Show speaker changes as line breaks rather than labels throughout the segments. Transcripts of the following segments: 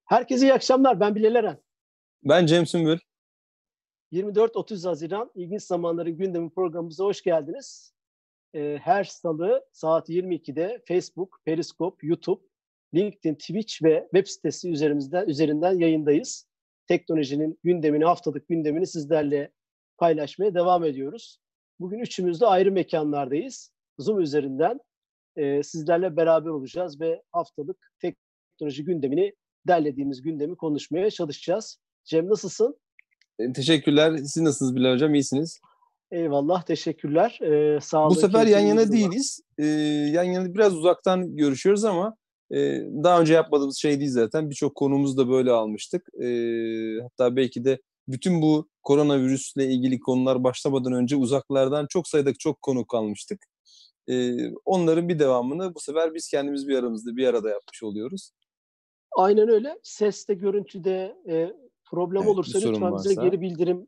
Herkese iyi akşamlar. Ben Bilal Eren.
Ben Cem Sümbül.
24-30 Haziran İlginç Zamanların Gündemi programımıza hoş geldiniz. Her salı saat 22'de Facebook, Periscope, YouTube, LinkedIn, Twitch ve web sitesi üzerinden yayındayız. Teknolojinin gündemini, haftalık gündemini sizlerle paylaşmaya devam ediyoruz. Bugün üçümüz de ayrı mekanlardayız. Zoom üzerinden sizlerle beraber olacağız ve haftalık teknoloji gündemini, derlediğimiz gündemi konuşmaya çalışacağız. Cem, nasılsın?
Teşekkürler. Siz nasılsınız Bilal Hocam? İyisiniz.
Eyvallah, teşekkürler.
Bu sefer yan yana değiliz. Yan yana biraz uzaktan görüşüyoruz ama daha önce yapmadığımız şey değil zaten. Birçok konumuzu da böyle almıştık. Hatta belki de bütün bu koronavirüsle ilgili konular başlamadan önce uzaklardan çok sayıda çok konuk almıştık. Onların bir devamını bu sefer biz kendimiz bir aramızda bir arada yapmış oluyoruz.
Aynen öyle. Seste, görüntüde problem olursa lütfen bize geri bildirim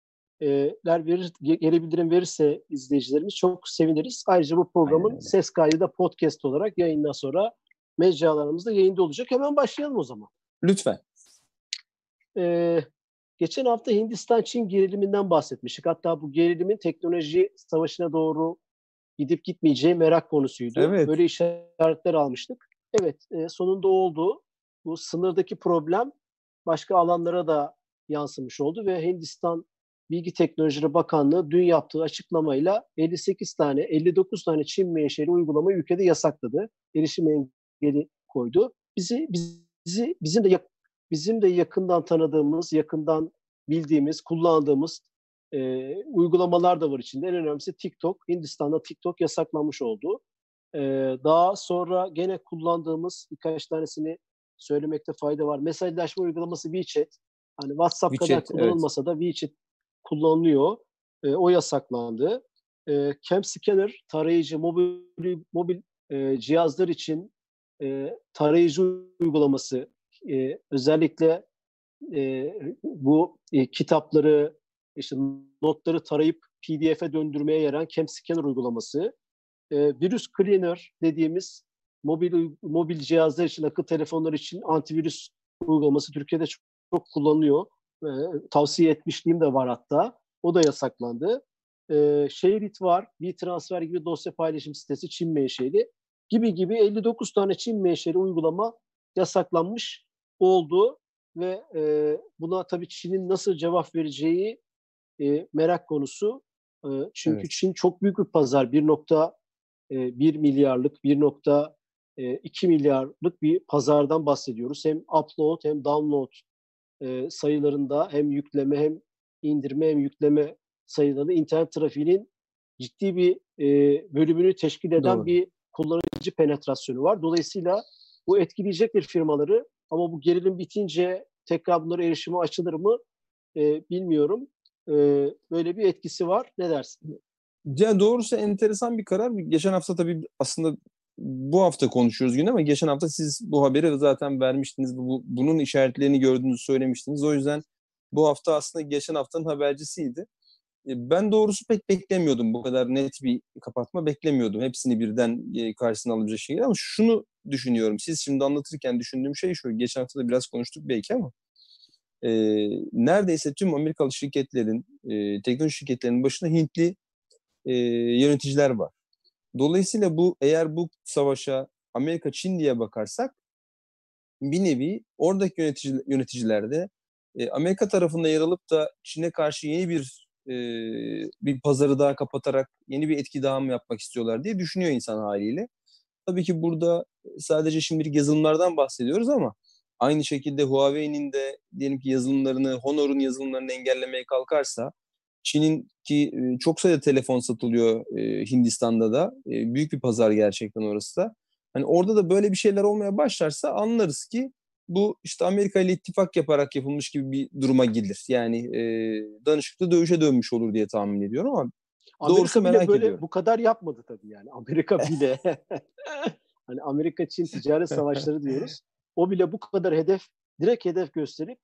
verirse izleyicilerimiz çok seviniriz. Ayrıca bu programın ses kaydı da podcast olarak yayından sonra mecralarımızda yayında olacak. Hemen başlayalım o zaman.
Lütfen.
Geçen hafta Hindistan-Çin geriliminden bahsetmiştik. Hatta bu gerilimin teknoloji savaşına doğru gidip gitmeyeceği merak konusuydu.
Evet.
Böyle işaretler almıştık. Evet, sonunda oldu. Bu sınırdaki problem başka alanlara da yansımış oldu ve Hindistan Bilgi Teknolojileri Bakanlığı dün yaptığı açıklamayla 59 tane Çin menşeli uygulamayı ülkede yasakladı. Erişim engeli koydu. Bizim de yakından tanıdığımız, yakından bildiğimiz, kullandığımız uygulamalar da var içinde. En önemlisi TikTok. Hindistan'da TikTok yasaklanmış oldu. Daha sonra gene kullandığımız birkaç tanesini söylemekte fayda var. Mesajlaşma uygulaması WeChat. Hani WhatsApp kadar kullanılmasa da WeChat kullanılıyor. O yasaklandı. Cam Scanner tarayıcı mobil cihazlar için tarayıcı uygulaması, özellikle bu kitapları, işte notları tarayıp PDF'e döndürmeye yarayan Cam Scanner uygulaması, virüs Cleaner dediğimiz mobil cihazlar için, akıllı telefonlar için antivirüs uygulaması Türkiye'de çok kullanılıyor. Tavsiye etmişliğim de var hatta. O da yasaklandı. ShareIt var. WeTransfer gibi dosya paylaşım sitesi Çin menşeli gibi 59 tane Çin menşeli uygulama yasaklanmış oldu ve buna tabii Çin'in nasıl cevap vereceği merak konusu. Çünkü evet. Çin çok büyük bir pazar. 1.1 milyarlık, 1.2 milyarlık bir pazardan bahsediyoruz. Hem upload hem download sayılarında, hem yükleme hem indirme hem yükleme sayılarında internet trafiğinin ciddi bir bölümünü teşkil eden bir kullanıcı penetrasyonu var. Dolayısıyla bu etkileyecektir firmaları, ama bu gerilim bitince tekrar bunlara erişime açılır mı bilmiyorum. Böyle bir etkisi var. Ne dersin?
Ya doğrusu enteresan bir karar. Geçen hafta tabii aslında bu hafta konuşuyoruz yine, ama geçen hafta siz bu haberi zaten vermiştiniz. Bunun işaretlerini gördüğünüzü söylemiştiniz. O yüzden bu hafta aslında geçen haftanın habercisiydi. Ben doğrusu pek beklemiyordum. Bu kadar net bir kapatma beklemiyordum. Hepsini birden karşısına alabilecek şey. Ama şunu düşünüyorum. Siz şimdi anlatırken düşündüğüm şey şu. Geçen hafta da biraz konuştuk belki ama neredeyse tüm Amerikalı şirketlerin, teknoloji şirketlerinin başında Hintli yöneticiler var. Dolayısıyla eğer bu savaşa Amerika-Çin diye bakarsak, bir nevi oradaki yöneticiler de Amerika tarafında yer alıp da Çin'e karşı yeni bir pazarı daha kapatarak yeni bir etki daha mı yapmak istiyorlar diye düşünüyor insan haliyle. Tabii ki burada sadece şimdilik yazılımlardan bahsediyoruz ama aynı şekilde Huawei'nin de diyelim ki yazılımlarını, Honor'un yazılımlarını engellemeye kalkarsa, Çin'in ki çok sayıda telefon satılıyor Hindistan'da da. Büyük bir pazar gerçekten orası da. Hani orada da böyle bir şeyler olmaya başlarsa anlarız ki bu işte Amerika ile ittifak yaparak yapılmış gibi bir duruma gelir. Yani danışıklı dövüşe dönmüş olur diye tahmin ediyorum ama doğrusu merak
böyle
ediyorum.
Bu kadar yapmadı tabii yani. Amerika bile hani Amerika-Çin ticaret savaşları diyoruz. O bile bu kadar direkt hedef gösterip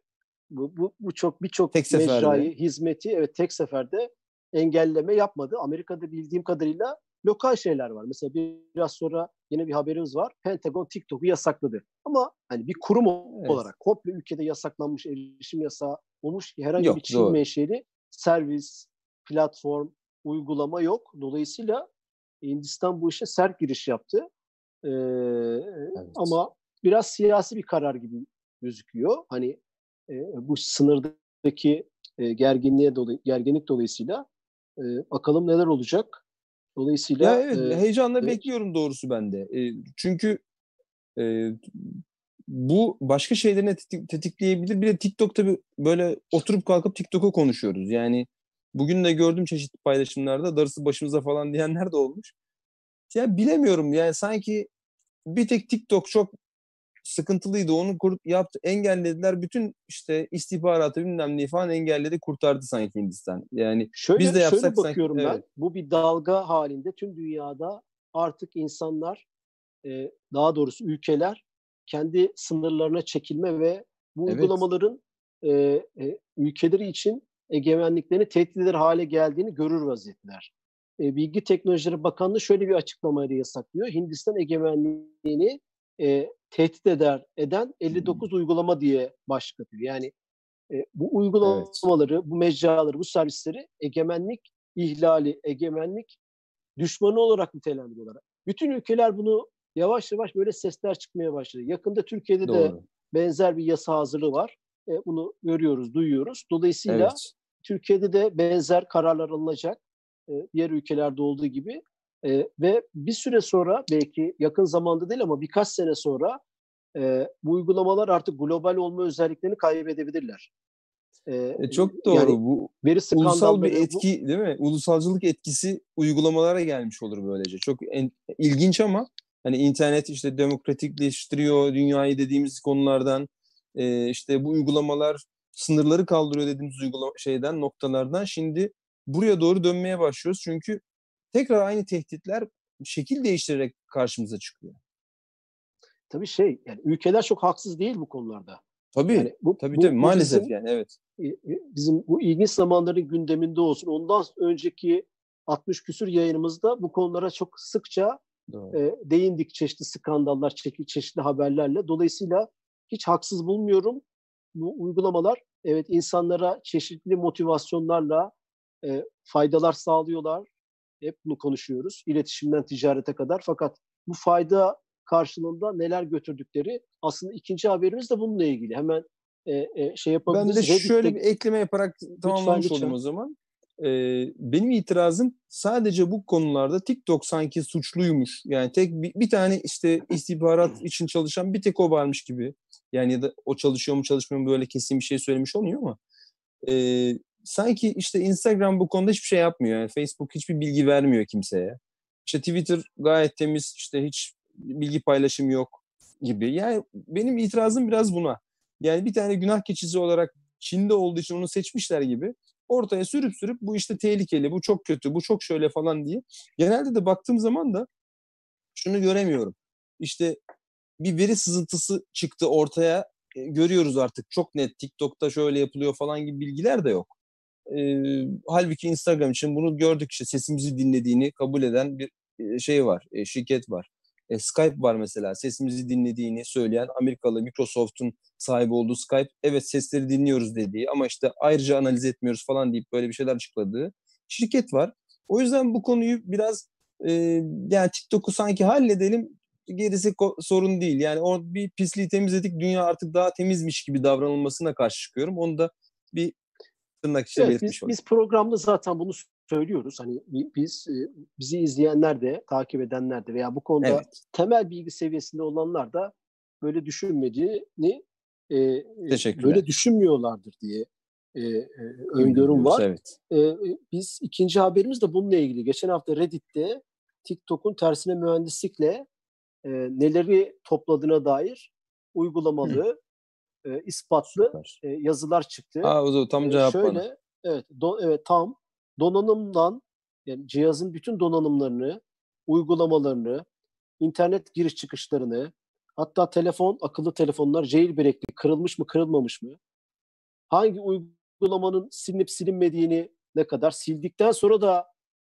birçok mecrayı, hizmeti tek seferde engelleme yapmadı. Amerika'da bildiğim kadarıyla lokal şeyler var. Mesela biraz sonra yine bir haberimiz var. Pentagon TikTok'u yasakladı. Ama hani bir kurum
Evet.
olarak komple ülkede yasaklanmış, erişim yasağı olmuş herhangi bir
Yok,
Çin
doğru.
menşeli servis, platform, uygulama yok. Dolayısıyla Hindistan bu işe sert giriş yaptı.
Evet.
Ama biraz siyasi bir karar gibi gözüküyor. Hani bu sınırdaki gerginlik dolayısıyla bakalım neler olacak.
Ya
Dolayısıyla
evet, heyecanla
evet,
bekliyorum doğrusu ben de. Çünkü e, bu başka şeyleri de tetikleyebilir. Bir de TikTok tabii böyle oturup kalkıp TikTok'u konuşuyoruz. Yani bugün de gördüm çeşitli paylaşımlarda darısı başımıza falan diyenler de olmuş. Ya bilemiyorum yani sanki bir tek TikTok çok sıkıntılıydı. Onu yaptı, engellediler. Bütün işte istihbaratı bilmem neyi falan engelledi, kurtardı sanki Hindistan. Yani biz de
şöyle
yapsak sanki
bakıyorum ben.
evet.
Bu bir dalga halinde tüm dünyada artık insanlar, daha doğrusu ülkeler kendi sınırlarına çekilme ve bu
Evet.
uygulamaların ülkeleri için egemenliklerini tehdit eder hale geldiğini görür vaziyetler. Bilgi Teknolojileri Bakanlığı şöyle bir açıklamayla yasaklıyor. Hindistan egemenliğini tehdit eden 59 uygulama diye başlık atıyor. Yani bu
Evet.
uygulamaları, bu mecraları, bu servisleri egemenlik ihlali, egemenlik düşmanı olarak nitelendiriyorlar. Bütün ülkeler bunu yavaş yavaş böyle sesler çıkmaya başladı. Yakında Türkiye'de de
Doğru.
benzer bir yasa hazırlığı var. Bunu görüyoruz, duyuyoruz. Dolayısıyla
Evet.
Türkiye'de de benzer kararlar alınacak. Diğer ülkelerde olduğu gibi. Ve bir süre sonra, belki yakın zamanda değil ama birkaç sene sonra bu uygulamalar artık global olma özelliklerini kaybedebilirler.
Çok
Yani
doğru. Bu
veri
ulusal bir
skandalları, bu
etki değil mi? Ulusalcılık etkisi uygulamalara gelmiş olur böylece. Çok ilginç ama hani internet işte demokratikleştiriyor dünyayı dediğimiz konulardan işte bu uygulamalar sınırları kaldırıyor dediğimiz noktalardan şimdi buraya doğru dönmeye başlıyoruz. Çünkü tekrar aynı tehditler şekil değiştirerek karşımıza çıkıyor.
tabii yani ülkeler çok haksız değil bu konularda.
Tabii.
Yani bu
Tabii tabii
bu bu
maalesef
bizim
yani evet.
bizim bu ilginç zamanların gündeminde olsun. Ondan önceki 60 küsur yayınımızda bu konulara çok sıkça
Doğru.
değindik, çeşitli skandallar, çeşitli haberlerle. Dolayısıyla hiç haksız bulmuyorum. Bu uygulamalar, evet, insanlara çeşitli motivasyonlarla faydalar sağlıyorlar. Hep bunu konuşuyoruz. İletişimden ticarete kadar. Fakat bu fayda karşılığında neler götürdükleri, aslında ikinci haberimiz de bununla ilgili. Hemen şey
Ben de
yapabiliriz.
şöyle
Reddit'te
bir ekleme yaparak
lütfen
tamamlamış olayım
lütfen.
o zaman. Benim itirazım sadece bu konularda TikTok sanki suçluymuş. Yani tek bir tane işte istihbarat için çalışan bir tek o varmış gibi. Yani ya da o çalışıyor mu çalışmıyor mu böyle kesin bir şey söylemiş olmuyor ama sanki işte Instagram bu konuda hiçbir şey yapmıyor. Yani Facebook hiçbir bilgi vermiyor kimseye. İşte Twitter gayet temiz, işte hiç bilgi paylaşımı yok gibi. Yani benim itirazım biraz buna. Yani bir tane günah keçisi olarak Çin'de olduğu için onu seçmişler gibi ortaya sürüp bu işte tehlikeli, bu çok kötü, bu çok şöyle falan diye. Genelde de baktığım zaman da şunu göremiyorum. İşte bir veri sızıntısı çıktı ortaya. Görüyoruz artık çok net TikTok'ta şöyle yapılıyor falan gibi bilgiler de yok. Halbuki Instagram için bunu gördük işte sesimizi dinlediğini kabul eden bir şey var, şirket var. Skype var mesela sesimizi dinlediğini söyleyen Amerikalı Microsoft'un sahibi olduğu Skype. Evet sesleri dinliyoruz dediği ama işte ayrıca analiz etmiyoruz falan deyip böyle bir şeyler açıkladığı şirket var. O yüzden bu konuyu biraz e, yani TikTok'u sanki halledelim gerisi sorun değil. Yani o bir pisliği temizledik dünya artık daha temizmiş gibi davranılmasına karşı çıkıyorum. Onu da bir tırnak içinde
Evet,
belirtmiş olayım.
biz programda zaten bunu söylüyoruz. Hani bizi izleyenler de, takip edenler de veya bu konuda
Evet.
temel bilgi seviyesinde olanlar da böyle düşünmediğini, böyle
Teşekkürler.
düşünmüyorlardır diye
Ümit
öngörüm
ediyoruz.
var.
Evet.
Biz ikinci haberimiz de bununla ilgili. Geçen hafta Reddit'te TikTok'un tersine mühendislikle neleri topladığına dair
Hı,
uygulamalı, ispatlı
süper.
yazılar çıktı.
O zaman tam cevap bana.
Şöyle, evet, evet, tam donanımdan, yani cihazın bütün donanımlarını, uygulamalarını, internet giriş çıkışlarını, hatta akıllı telefonlar jailbreak'li, kırılmış mı kırılmamış mı, hangi uygulamanın silinip silinmediğini, ne kadar sildikten sonra da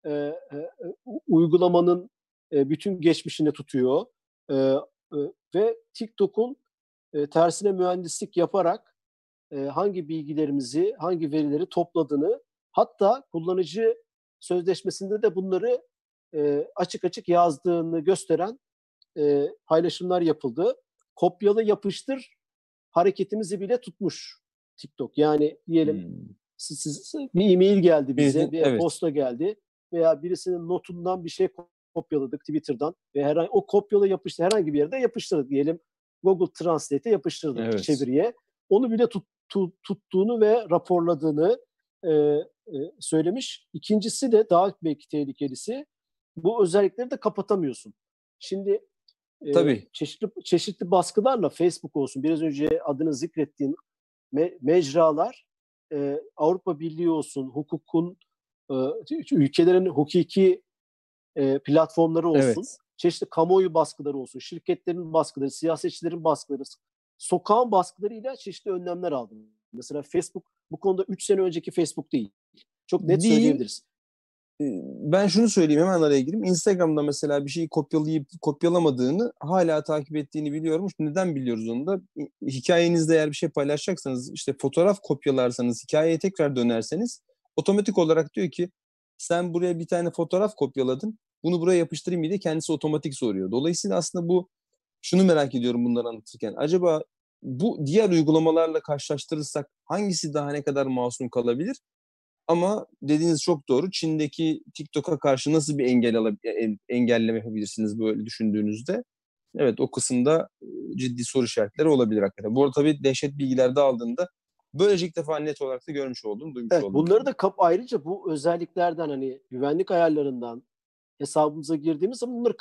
uygulamanın bütün geçmişini tutuyor. E, e, Ve TikTok'un tersine mühendislik yaparak hangi bilgilerimizi, hangi verileri topladığını, hatta kullanıcı sözleşmesinde de bunları açık açık yazdığını gösteren paylaşımlar yapıldı. Kopyala yapıştır hareketimizi bile tutmuş TikTok. Yani diyelim bir e-mail geldi bize, bir posta geldi veya birisinin notundan bir şey kopyaladık Twitter'dan ve o kopyala yapıştır herhangi bir yerde yapıştırdık diyelim. Google Translate'e yapıştırdık çeviriye. Onu bile tuttuğunu ve raporladığını söylemiş. İkincisi de daha belki tehlikelisi, bu özellikleri de kapatamıyorsun. Şimdi çeşitli baskılarla Facebook olsun, biraz önce adını zikrettiğin mecralar, Avrupa Birliği olsun, hukukun, ülkelerin hukuki platformları olsun, çeşitli kamuoyu baskıları olsun, şirketlerin baskıları, siyasetçilerin baskıları, sokağın baskılarıyla çeşitli önlemler aldı. Mesela Facebook bu konuda 3 sene önceki Facebook değil. Çok net söyleyebiliriz.
Ben şunu söyleyeyim, hemen araya gireyim. Instagram'da mesela bir şeyi kopyalayıp kopyalamadığını hala takip ettiğini biliyormuş. Neden biliyoruz onu da? Hikayenizde eğer bir şey paylaşacaksanız, işte fotoğraf kopyalarsanız, hikayeye tekrar dönerseniz otomatik olarak diyor ki sen buraya bir tane fotoğraf kopyaladın, bunu buraya yapıştırayım diye kendisi otomatik soruyor. Dolayısıyla aslında bu, şunu merak ediyorum bunları anlatırken. Acaba bu diğer uygulamalarla karşılaştırırsak hangisi daha ne kadar masum kalabilir? Ama dediğiniz çok doğru. Çin'deki TikTok'a karşı nasıl bir engelleme yapabilirsiniz böyle düşündüğünüzde? Evet, o kısımda ciddi soru işaretleri olabilir hakikaten. Bu arada tabii dehşet bilgiler dağıldığında böylece ilk defa net olarak da görmüş oldum, duymuş oldum.
Bunları da ayrıca bu özelliklerden, hani güvenlik ayarlarından hesabımıza girdiğimiz zaman bunları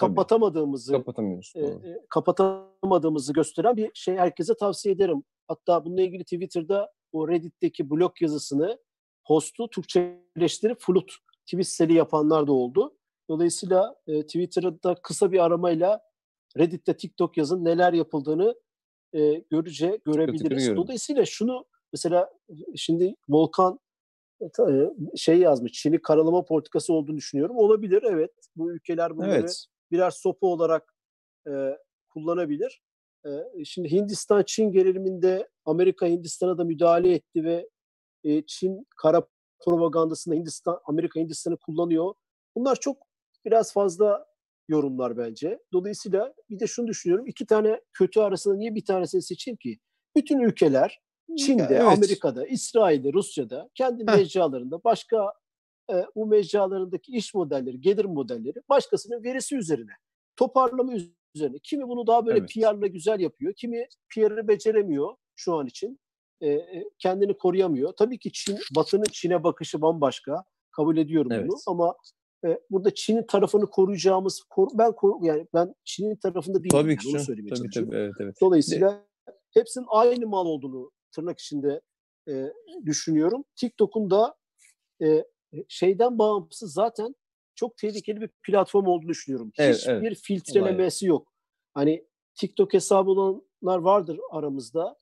kapatamadığımızı gösteren bir şey herkese tavsiye ederim. Hatta bununla ilgili Twitter'da o Reddit'teki blog yazısını, post'u Türkçeleştirip Flut tweet yapanlar da oldu. Dolayısıyla Twitter'da kısa bir aramayla Reddit'te TikTok yazın, neler yapıldığını görebiliriz. Dolayısıyla şunu mesela, şimdi Volkan yazmış, Çin'i karalama politikası olduğunu düşünüyorum. Olabilir, evet. Bu ülkeler bunları birer sopa olarak kullanabilir. Şimdi Hindistan-Çin geriliminde Amerika Hindistan'a da müdahale etti ve Çin kara propagandasında Amerika Hindistan'ı kullanıyor. Bunlar çok biraz fazla yorumlar bence. Dolayısıyla bir de şunu düşünüyorum. 2 tane kötü arasında niye bir tanesini seçeyim ki? Bütün ülkeler Çin'de, Amerika'da, İsrail'de, Rusya'da kendi mecralarında, başka bu mecralarındaki iş modelleri, gelir modelleri başkasının verisi üzerine, toparlama üzerine. Kimi bunu daha böyle PR'la güzel yapıyor, kimi PR'ı beceremiyor şu an için. Kendini koruyamıyor. Tabii ki Batı'nın Çin'e bakışı bambaşka. Kabul ediyorum bunu. Ama burada Çin'in tarafını koruyacağımız, ben Çin'in tarafında değilim.
Tabii ki.
Onu söylemeye çalışıyorum.
Evet.
Dolayısıyla hepsinin aynı mal olduğunu tırnak içinde düşünüyorum. TikTok'un da şeyden bağımsız zaten çok tehlikeli bir platform olduğunu düşünüyorum. Hiçbir filtrelemesi yok. Hani TikTok hesabı olanlar vardır aramızda.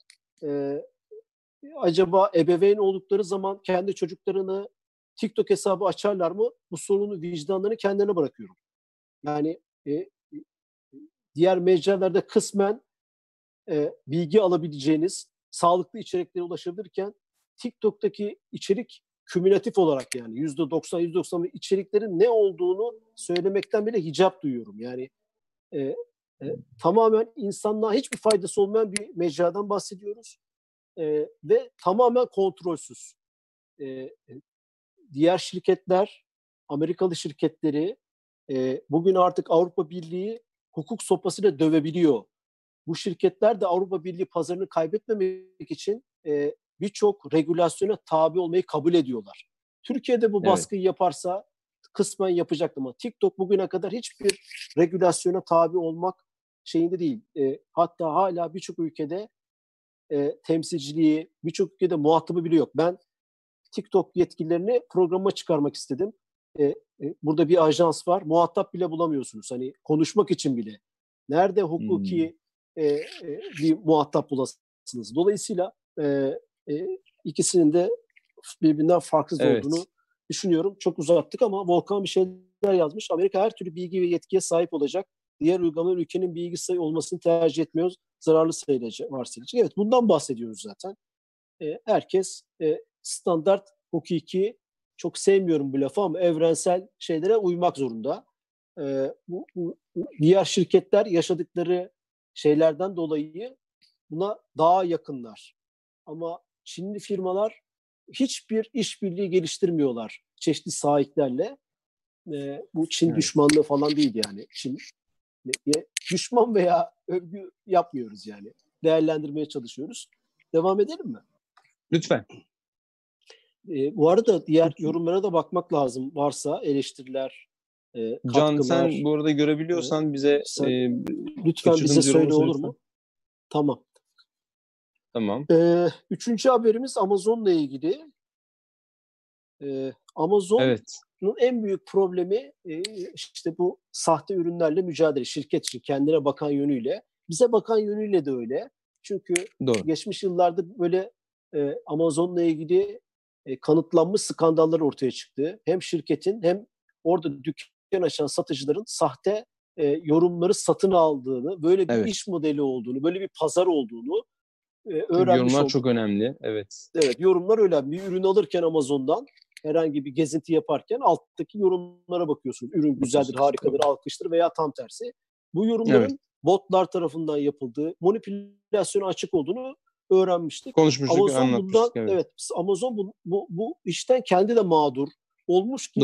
Acaba ebeveyn oldukları zaman kendi çocuklarını TikTok hesabı açarlar mı? Bu sorunu, vicdanlarını kendilerine bırakıyorum. Yani diğer mecralarda kısmen bilgi alabileceğiniz sağlıklı içeriklere ulaşabilirken TikTok'taki içerik kümülatif olarak, yani %90 içeriklerin ne olduğunu söylemekten bile hicap duyuyorum. Yani tamamen insanlığa hiçbir faydası olmayan bir mecradan bahsediyoruz. Ve tamamen kontrolsüz. Diğer şirketler, Amerikalı şirketleri bugün artık Avrupa Birliği hukuk sopasıyla dövebiliyor. Bu şirketler de Avrupa Birliği pazarını kaybetmemek için birçok regülasyona tabi olmayı kabul ediyorlar. Türkiye'de bu baskıyı yaparsa kısmen yapacaktı ama TikTok bugüne kadar hiçbir regülasyona tabi olmak şeyinde değil. Hatta hala birçok ülkede temsilciliği, birçok ülkede muhatabı bile yok. Ben TikTok yetkililerini programa çıkarmak istedim. Burada bir ajans var. Muhatap bile bulamıyorsunuz. Hani konuşmak için bile. Nerede hukuki bir muhatap bulasınız? Dolayısıyla ikisinin de birbirinden farksız olduğunu düşünüyorum. Çok uzattık ama Volkan bir şeyler yazmış. Amerika her türlü bilgi ve yetkiye sahip olacak. Diğer uygulamalar ülkenin bilgi sayı olmasını tercih etmiyoruz. Zararlı sayılacak, varsayılacak. Evet, bundan bahsediyoruz zaten. Herkes standart hukuki, çok sevmiyorum bu lafı ama evrensel şeylere uymak zorunda. Diğer şirketler yaşadıkları şeylerden dolayı buna daha yakınlar. Ama Çinli firmalar hiçbir işbirliği geliştirmiyorlar çeşitli sahiplerle. Bu Çin düşmanlığı falan değil yani. Çin düşman veya övgü yapmıyoruz yani. Değerlendirmeye çalışıyoruz. Devam edelim mi?
Lütfen.
Bu arada diğer yorumlara da bakmak lazım. Varsa eleştiriler, katkılar.
Can, sen bu arada görebiliyorsan bize
lütfen bize söyle, olur mu? Tamam.
Tamam.
Üçüncü haberimiz Amazon'la ilgili. Amazon'un en büyük problemi işte bu sahte ürünlerle mücadele. Şirket için kendine bakan yönüyle. Bize bakan yönüyle de öyle. Çünkü geçmiş yıllarda böyle Amazon'la ilgili kanıtlanmış skandallar ortaya çıktı. Hem şirketin hem orada dükkan açan satıcıların sahte yorumları satın aldığını, böyle bir iş modeli olduğunu, böyle bir pazar olduğunu öğrenmiş
yorumlar
olduk.
Çok önemli. Evet.
Evet, yorumlar önemli. Bir ürün alırken Amazon'dan herhangi bir gezinti yaparken alttaki yorumlara bakıyorsunuz. Ürün güzeldir, harikadır, alkıştır veya tam tersi. Bu yorumların botlar tarafından yapıldığı, manipülasyona açık olduğunu öğrenmiştik.
Konuşmuştuk, anlatmıştık.
Amazon bu işten kendi de mağdur olmuş ki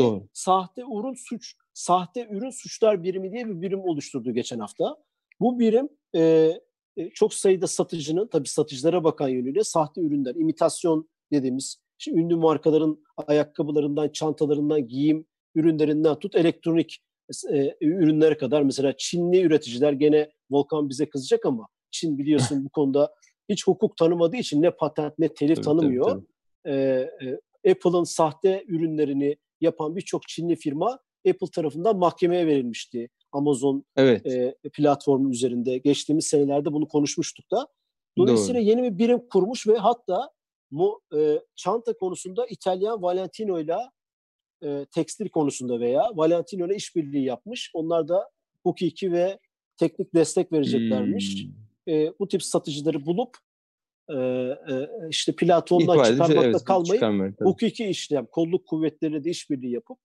sahte ürün suçlar birimi diye bir birim oluşturdu geçen hafta. Bu birim çok sayıda satıcının, tabii satıcılara bakan yönüyle sahte ürünler, imitasyon dediğimiz ünlü markaların ayakkabılarından, çantalarından, giyim ürünlerinden tut elektronik ürünlere kadar, mesela Çinli üreticiler, gene Volkan bize kızacak ama Çin biliyorsun bu konuda hiç hukuk tanımadığı için ne patent ne telif tanımıyor. Apple'ın sahte ürünlerini yapan birçok Çinli firma Apple tarafından mahkemeye verilmişti. Amazon platformu üzerinde. Geçtiğimiz senelerde bunu konuşmuştuk da. Dolayısıyla yeni bir birim kurmuş ve hatta çanta konusunda İtalyan Valentino'yla tekstil konusunda veya Valentino'yla işbirliği yapmış. Onlar da hukuki ve teknik destek vereceklermiş. Bu tip satıcıları bulup işte platformdan çıkarmakla kalmayıp hukuki işlem, kolluk kuvvetleriyle de işbirliği yapıp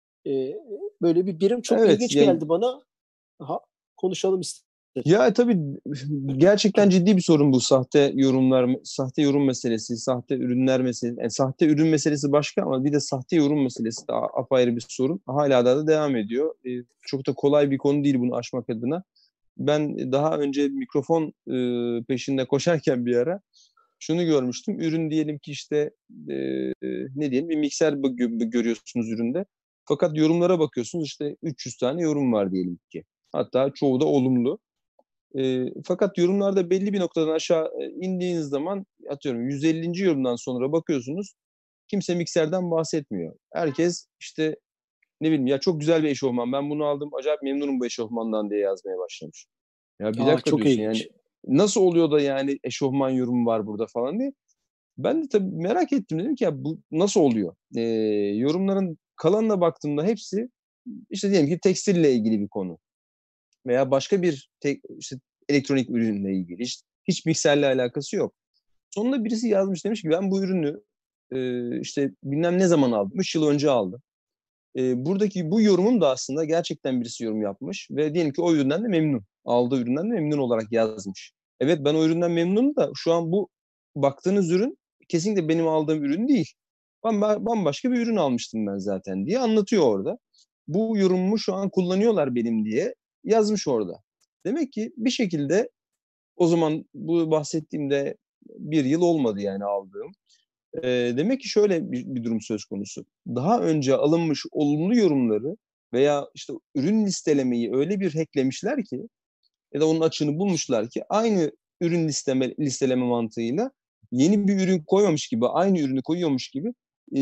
böyle bir birim çok ilginç geldi bana. Konuşalım istedim.
Ya tabii gerçekten ciddi bir sorun bu sahte yorumlar, sahte yorum meselesi, sahte ürünler meselesi. Yani sahte ürün meselesi başka ama bir de sahte yorum meselesi de apayrı bir sorun. Hala da devam ediyor. Çok da kolay bir konu değil bunu aşmak adına. Ben daha önce mikrofon peşinde koşarken bir ara şunu görmüştüm. Ürün diyelim ki işte ne diyelim, bir mikser görüyorsunuz üründe. Fakat yorumlara bakıyorsunuz, işte 300 tane yorum var diyelim ki. Hatta çoğu da olumlu. Fakat yorumlarda belli bir noktadan aşağı indiğiniz zaman, atıyorum 150. yorumdan sonra bakıyorsunuz kimse mikserden bahsetmiyor. Herkes işte ne bileyim ya, çok güzel bir eşofman, ben bunu aldım, acayip memnunum bu eşofmandan diye yazmaya başlamış. Ya bir dakika
çok
diyorsun
ilginç.
Yani nasıl oluyor da yani eşofman yorumu var burada falan diye. Ben de tabii merak ettim, dedim ki ya bu nasıl oluyor? Yorumların kalanına baktığımda hepsi işte diyelim ki tekstille ilgili bir konu veya başka bir işte elektronik ürünle ilgili, hiç mikserle alakası yok. Sonunda birisi yazmış, demiş ki ben bu ürünü işte bilmem ne zaman aldım, 3 yıl önce aldım. Buradaki bu yorumum da aslında gerçekten birisi yorum yapmış ve diyelim ki o üründen de memnun. Aldığı üründen de memnun olarak yazmış. Evet, ben o üründen memnunum da şu an bu baktığınız ürün kesinlikle benim aldığım ürün değil. Bambaşka bir ürün almıştım ben zaten diye anlatıyor orada. Bu yorumumu şu an kullanıyorlar benim diye yazmış orada. Demek ki bir şekilde o zaman bu bahsettiğimde bir yıl olmadı yani aldığım. Demek ki şöyle bir durum söz konusu. Daha önce alınmış olumlu yorumları veya işte ürün listelemeyi öyle bir hacklemişler ki ya da onun açığını bulmuşlar ki aynı ürün listeleme mantığıyla yeni bir ürün koymamış gibi, aynı ürünü koyuyormuş gibi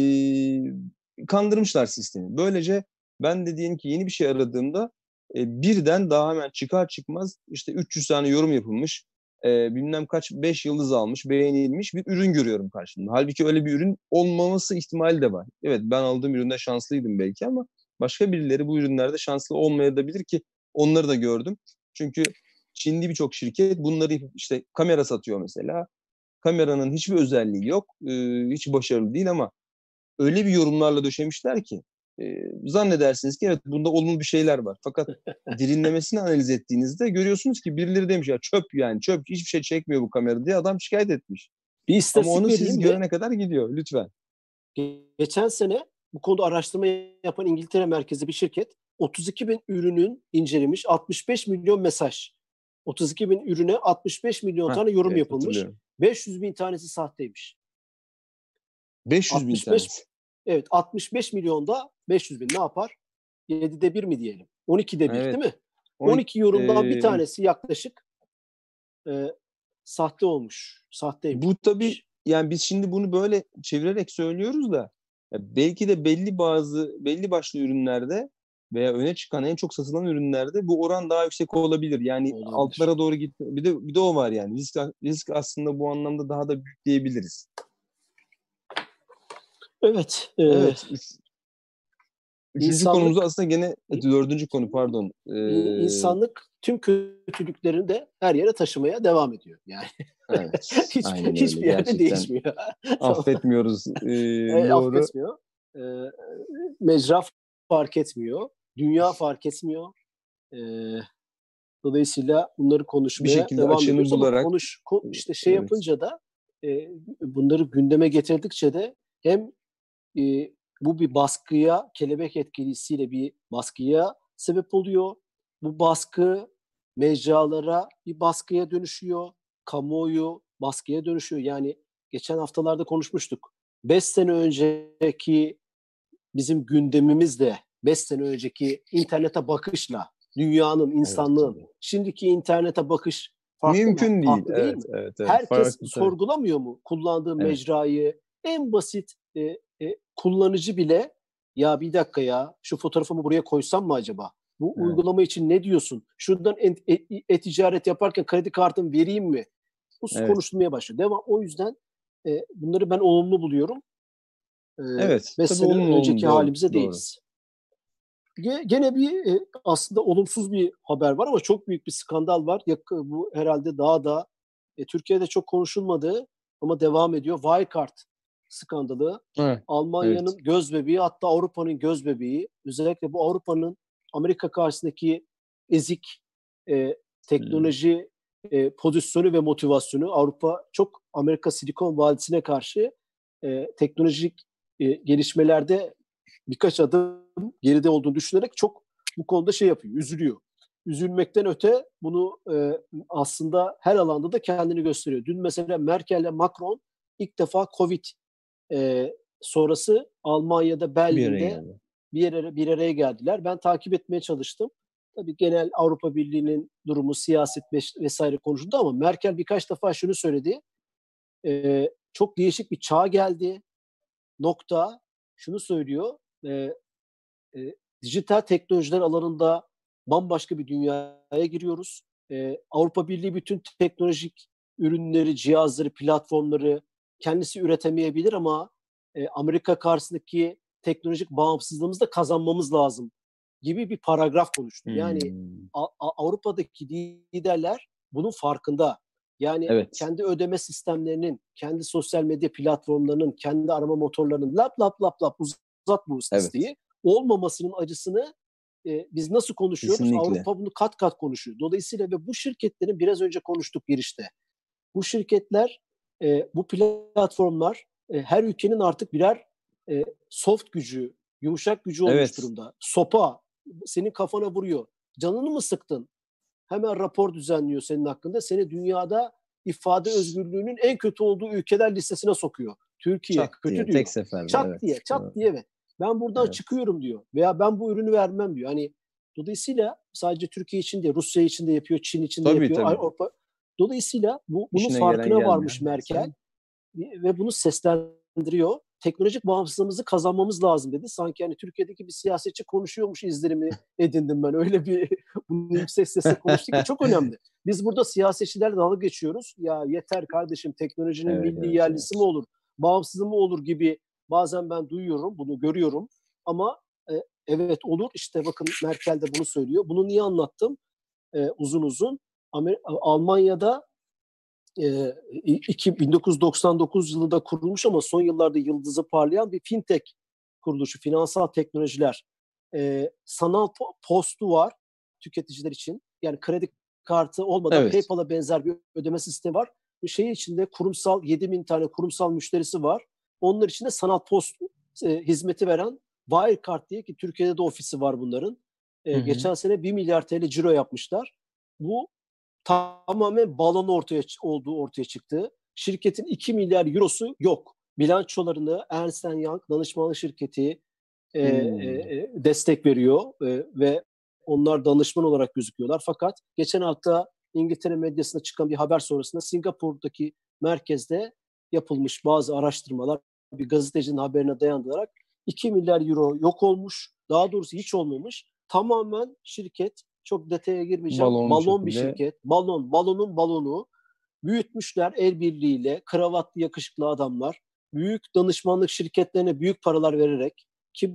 kandırmışlar sistemi. Böylece ben de diyelim ki yeni bir şey aradığımda birden daha hemen çıkar çıkmaz işte 300 tane yorum yapılmış. bilmem kaç 5 yıldız almış, beğenilmiş bir ürün görüyorum karşımda. Halbuki öyle bir ürün olmaması ihtimali de var. Evet, ben aldığım üründe şanslıydım belki ama başka birileri bu ürünlerde şanslı olmayabilir ki onları da gördüm. Çünkü Çinli birçok şirket bunları işte kamera satıyor mesela. Kameranın hiçbir özelliği yok, hiç başarılı değil ama öyle bir yorumlarla döşemişler ki zannedersiniz ki evet bunda olumlu bir şeyler var. Fakat derinlemesine analiz ettiğinizde görüyorsunuz ki birileri demiş ya çöp yani çöp hiçbir şey çekmiyor bu kamera diye adam şikayet etmiş.
Bir
Ama
istatistik
onu siz
vereyim mi?
görene kadar gidiyor lütfen.
Geçen sene bu konuda araştırma yapan İngiltere merkezli bir şirket 32 bin ürünün incelemiş, 65 milyon mesaj. 32 bin ürüne 65 milyon tane yorum
Evet,
yapılmış. 500 bin tanesi sahteymiş.
500 bin
65,
tanesi.
evet 65 milyonda 500 bin ne yapar? 7'de 1 mi diyelim? 12'de 1
Evet.
değil mi? 12 yorumdan bir tanesi yaklaşık sahte olmuş. Sahteymiş.
Bu tabii yani biz şimdi bunu böyle çevirerek söylüyoruz da belki de belli başlı ürünlerde veya öne çıkan en çok satılan ürünlerde bu oran daha yüksek olabilir. Yani
olabilir.
altlara doğru bir de o var yani. Risk aslında bu anlamda daha da büyük diyebiliriz.
Evet.
Evet. Üçüncü
İnsanlık,
konumuz aslında gene dördüncü konu pardon.
İnsanlık tüm kötülüklerini de her yere taşımaya devam ediyor. Yani
Evet. Aynen öyle.
hiçbir yerde
Gerçekten
değişmiyor.
affetmiyoruz. Doğru.
Affetmiyor. Mecra fark etmiyor. Dünya fark etmiyor. E, Dolayısıyla bunları
Bir
konuşmaya
şekilde
devam
açığını
ediyoruz ama
bularak
işte şey
evet.
yapınca da bunları gündeme getirdikçe de hem bu bir baskıya, kelebek etkisiyle bir baskıya sebep oluyor. Bu baskı mecralara bir baskıya dönüşüyor. Kamuoyu baskıya dönüşüyor. Yani geçen haftalarda konuşmuştuk. 5 sene önceki bizim gündemimiz de 5 sene önceki internete bakışla dünyanın, insanlığın
Evet,
şimdiki internete bakış farklı mı?
mümkün değil.
Farklı değil
Evet,
mi?
evet.
Herkes
Farklı tabii.
sorgulamıyor mu kullandığı
Evet.
mecrayı? En basit kullanıcı bile ya bir dakika ya şu fotoğrafımı buraya koysam mı acaba? Bu
Evet.
uygulama için ne diyorsun? Şuradan e-ticaret yaparken kredi kartımı vereyim mi? Bu konuşulmaya başlıyor. Devam. O yüzden bunları ben olumlu buluyorum.
Evet.
5
Tabii
sene
olumlu
önceki
doğru.
halimize
Doğru.
değiliz. Gene bir aslında olumsuz bir haber var ama çok büyük bir skandal var. Bu herhalde daha da Türkiye'de çok konuşulmadı ama devam ediyor. Wirecard skandalı.
Evet.
Almanya'nın gözbebeği hatta Avrupa'nın gözbebeği. Özellikle bu Avrupa'nın Amerika karşısındaki ezik teknoloji pozisyonu ve motivasyonu. Avrupa çok Amerika Silikon Vadisi'ne karşı teknolojik gelişmelerde birkaç adım geride olduğunu düşünerek çok bu konuda şey yapıyor, üzülüyor. Üzülmekten öte bunu aslında her alanda da kendini gösteriyor. Dün mesela Merkel ile Macron ilk defa Covid sonrası Almanya'da Berlin'de bir araya geldiler. Ben takip etmeye çalıştım. Tabii genel Avrupa Birliği'nin durumu, siyaset vesaire konuşuldu ama Merkel birkaç defa şunu söyledi. Çok değişik bir çağ geldi. Nokta. Şunu söylüyor. Dijital teknolojiler alanında bambaşka bir dünyaya giriyoruz. Avrupa Birliği bütün teknolojik ürünleri, cihazları, platformları kendisi üretemeyebilir ama Amerika karşısındaki teknolojik bağımsızlığımızı da kazanmamız lazım gibi bir paragraf konuştu. Yani Avrupa'daki liderler bunun farkında. Yani kendi ödeme sistemlerinin, kendi sosyal medya platformlarının, kendi arama motorlarının uzat bu listeyi olmamasının acısını biz nasıl konuşuyoruz?
Kesinlikle.
Avrupa bunu kat kat konuşuyor. Dolayısıyla ve bu şirketlerin biraz önce konuştuk girişte. Bu şirketler, bu platformlar her ülkenin artık birer soft gücü, yumuşak gücü olmuş durumda. Sopa senin kafana vuruyor. Canını mı sıktın? Hemen rapor düzenliyor senin hakkında. Seni dünyada ifade özgürlüğünün en kötü olduğu ülkeler listesine sokuyor. Türkiye
Çat
kötü
diye,
diyor.
tek seferde.
Çat diye evet. Ben buradan çıkıyorum diyor. Veya ben bu ürünü vermem diyor. Hani dolayısıyla sadece Türkiye için de, Rusya için de yapıyor, Çin için de yapıyor. Avrupa. Dolayısıyla bunun farkına varmış Merkel ve bunu seslendiriyor. Teknolojik bağımsızlığımızı kazanmamız lazım dedi. Sanki hani Türkiye'deki bir siyasetçi konuşuyormuş izlerimi edindim ben. Öyle bir bunu yüksek sesle konuştu ki çok önemli. Biz burada siyasetçilerle dalga geçiyoruz. Ya yeter kardeşim, teknolojinin
Evet,
milli
evet,
yerlisi mi
evet.
olur, bağımsız mı olur gibi bazen ben duyuyorum, bunu görüyorum. Ama evet olur. İşte bakın Merkel de bunu söylüyor. Bunu niye anlattım? Uzun uzun. Almanya'da 1999 yılında kurulmuş ama son yıllarda yıldızı parlayan bir fintech kuruluşu, finansal teknolojiler. Sanal postu var tüketiciler için. Yani kredi kartı olmadan
Evet.
PayPal'a benzer bir ödeme sistemi var. Bir şey içinde kurumsal 7.000 tane kurumsal müşterisi var. Onlar için de sanal post hizmeti veren Wirecard diye, ki Türkiye'de de ofisi var bunların.
Hı hı.
Geçen sene 1 milyar TL ciro yapmışlar. Bu tamamen balon olduğu ortaya çıktı. Şirketin 2 milyar eurosu yok. Bilançolarını Ernst Young danışmanlık şirketi destek veriyor ve onlar danışman olarak gözüküyorlar. Fakat geçen hafta İngiltere medyasında çıkan bir haber sonrasında Singapur'daki merkezde yapılmış bazı araştırmalar bir gazetecinin haberine dayandırarak 2 milyar euro yok olmuş. Daha doğrusu hiç olmamış. Tamamen şirket, çok detaya girmeyeceğim,
Balon bir
balon bir
şekilde.
şirket. Balonun balonu. Büyütmüşler el birliğiyle, kravatlı yakışıklı adamlar. Büyük danışmanlık şirketlerine büyük paralar vererek, ki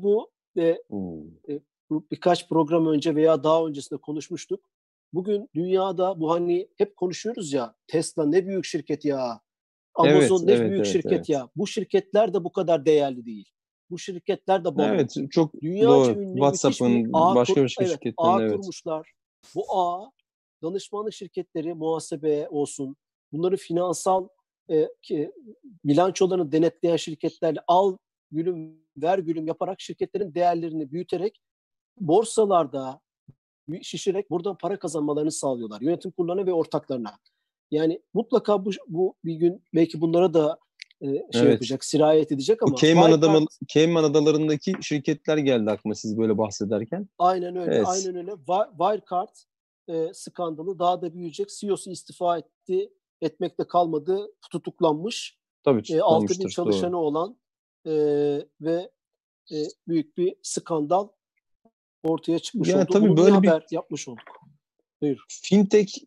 bu birkaç program önce veya daha öncesinde konuşmuştuk. Bugün dünyada bu, hani hep konuşuyoruz ya, Tesla ne büyük şirket ya,
Evet,
Amazon ne
evet,
büyük
evet,
şirket
evet.
ya. Bu şirketler de bu kadar değerli değil. Bu şirketler de balon.
Evet, çok
Dünyaca
doğru.
ünlü müthiş bir
WhatsApp'ın, başka başka
evet,
şirketlerin,
ağ
evet.
kurmuşlar. Bu ağ danışmanlık şirketleri, muhasebe olsun, bunları finansal bilançolarını denetleyen şirketlerle al gülüm ver gülüm yaparak şirketlerin değerlerini büyüterek borsalarda şişirerek buradan para kazanmalarını sağlıyorlar. Yönetim kurullarına ve ortaklarına. Yani mutlaka bu bir gün belki bunlara da şey
Evet.
yapacak, sirayet edecek
Bu
ama Wirecard
Cayman Adaları'ndaki şirketler geldi aklıma siz böyle bahsederken.
aynen öyle.
Evet.
Aynen öyle. Wirecard skandalı daha da büyüyecek. CEO'su istifa etti. Etmekte kalmadı. Tutuklanmış.
Tabii
6.000
tutuklanmıştır. Doğru.
çalışanı olan e, ve büyük bir skandal ortaya çıkmış
Ya
oldu.
tabii
Bunu niye
böyle bir
haber yapmış olduk? Buyur.
fintech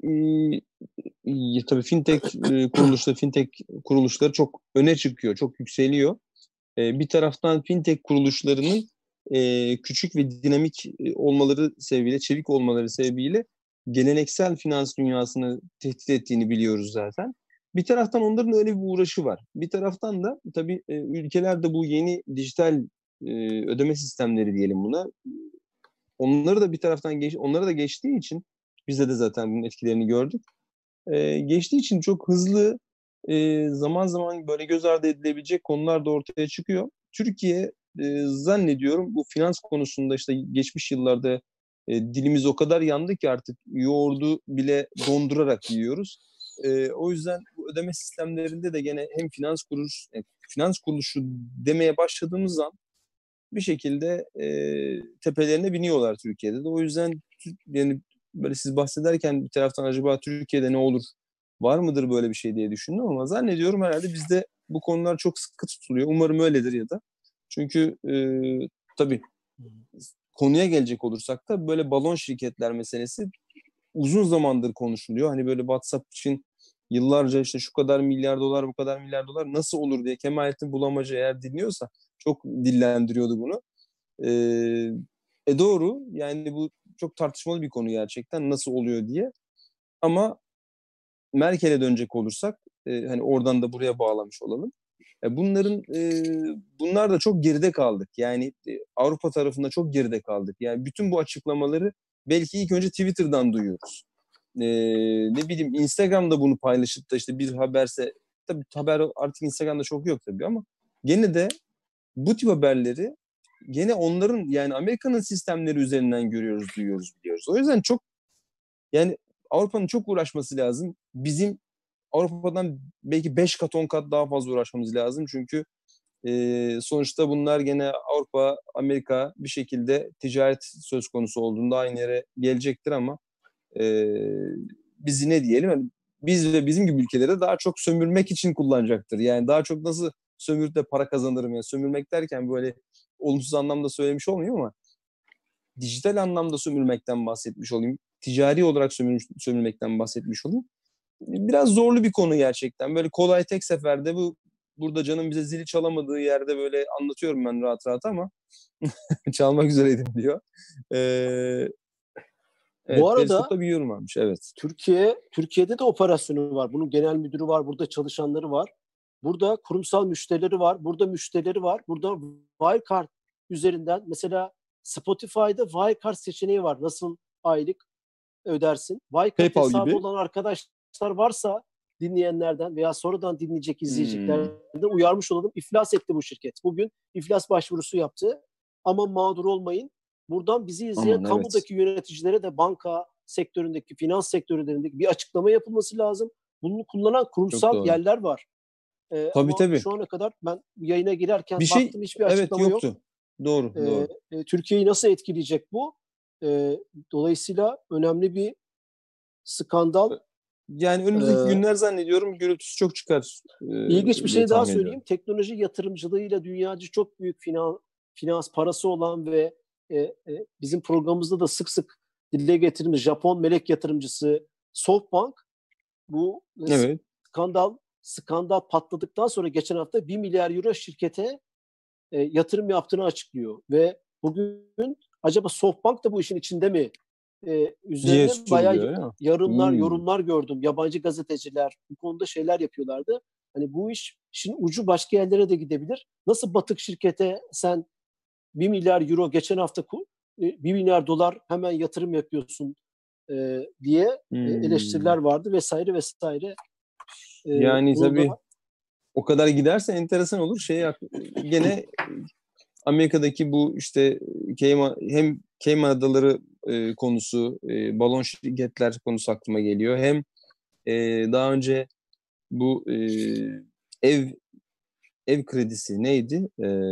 tabii fintech fintech kuruluşları çok öne çıkıyor, çok yükseliyor. Bir taraftan fintech kuruluşlarının küçük ve dinamik olmaları sebebiyle, çevik olmaları sebebiyle geleneksel finans dünyasını tehdit ettiğini biliyoruz zaten. Bir taraftan onların öyle bir uğraşı var. Bir taraftan da tabii ülkelerde bu yeni dijital ödeme sistemleri diyelim buna. Onları da bir taraftan onlara da geçtiği için bizde de zaten bunun etkilerini gördük. Geçtiği için çok hızlı zaman zaman böyle göz ardı edilebilecek konular da ortaya çıkıyor. Türkiye zannediyorum bu finans konusunda işte geçmiş yıllarda dilimiz o kadar yandı ki artık yoğurdu bile dondurarak yiyoruz. O yüzden bu ödeme sistemlerinde de gene hem finans kuruluşu demeye başladığımız an bir şekilde tepelerine biniyorlar Türkiye'de de. O yüzden yani böyle siz bahsederken bir taraftan acaba Türkiye'de ne olur, var mıdır böyle bir şey diye düşündüm ama zannediyorum herhalde bizde bu konular çok sıkı tutuluyor. Umarım öyledir ya da. Çünkü tabii konuya gelecek olursak da böyle balon şirketler meselesi uzun zamandır konuşuluyor. Hani böyle WhatsApp için yıllarca işte şu kadar milyar dolar, bu kadar milyar dolar nasıl olur diye Kemalettin Bulamacı eğer dinliyorsa çok dillendiriyordu bunu. Doğru. Yani bu çok tartışmalı bir konu gerçekten nasıl oluyor diye. Ama Merkel'e dönecek olursak hani oradan da buraya bağlamış olalım. Bunlar da çok geride kaldık. Yani Avrupa tarafında çok geride kaldık. Yani bütün bu açıklamaları belki ilk önce Twitter'dan duyuyoruz. E, Ne bileyim Instagram'da bunu paylaşıp da işte bir haberse tabii haber artık Instagram'da çok yok tabii ama gene de bu tip haberleri gene onların yani Amerika'nın sistemleri üzerinden görüyoruz, duyuyoruz, biliyoruz. O yüzden çok yani Avrupa'nın çok uğraşması lazım. Bizim Avrupa'dan belki 5 kat 10 kat daha fazla uğraşmamız lazım. Çünkü sonuçta bunlar gene Avrupa, Amerika bir şekilde ticaret söz konusu olduğunda aynı yere gelecektir ama e, bizi ne diyelim yani biz ve bizim gibi ülkelere daha çok sömürmek için kullanacaktır. Yani daha çok nasıl sömürüp de para kazanırım yani sömürmek derken böyle olumsuz anlamda söylemiş olmayayım ama dijital anlamda sömürmekten bahsetmiş olayım. ticari olarak sömürmekten bahsetmiş olayım. Biraz zorlu bir konu gerçekten. Böyle kolay tek seferde burada canım bize zili çalamadığı yerde böyle anlatıyorum ben rahat rahat ama çalmak üzereydim diyor.
Bu
Evet,
arada
Periskop'ta bir yorum varmış. Evet.
Türkiye'de de operasyonu var. Bunun genel müdürü var. Burada çalışanları var. Burada kurumsal müşterileri var. Burada müşterileri var. Burada Wirecard üzerinden mesela Spotify'da Wirecard seçeneği var. Nasıl aylık ödersin? Wirecard
PayPal
hesabı
gibi.
olan arkadaşlar varsa dinleyenlerden veya sonradan dinleyecek izleyeceklerden uyarmış olalım. İflas etti bu şirket. Bugün iflas başvurusu yaptı. Ama mağdur olmayın. Buradan bizi izleyen kamudaki yöneticilere de banka sektöründeki, finans sektörlerindeki bir açıklama yapılması lazım. Bunu kullanan kurumsal yerler var.
Tabii.
Şu ana kadar ben yayına girerken baktım hiçbir açıklama
yoktu.
yok.
Doğru.
Türkiye'yi nasıl etkileyecek bu? Dolayısıyla önemli bir skandal.
Yani önümüzdeki günler zannediyorum gürültüsü çok çıkar.
İlginç bir şey daha söyleyeyim. Teknoloji yatırımcılığıyla dünyaca çok büyük finans parası olan ve bizim programımızda da sık sık dile getirdiğimiz Japon melek yatırımcısı SoftBank bu skandal patladıktan sonra geçen hafta 1 milyar euro şirkete yatırım yaptığını açıklıyor. Ve bugün acaba SoftBank da bu işin içinde mi? Üzerine bayağı yorumlar gördüm. Yabancı gazeteciler bu konuda şeyler yapıyorlardı. Hani bu işin ucu başka yerlere de gidebilir. Nasıl batık şirkete sen 1 milyar euro geçen hafta 1 milyar dolar hemen yatırım yapıyorsun diye eleştiriler vardı vesaire.
Yani tabii o kadar giderse enteresan olur. Gene Amerika'daki bu işte hem Cayman Adaları konusu, balon şirketler konusu aklıma geliyor. Hem daha önce bu ev kredisi neydi?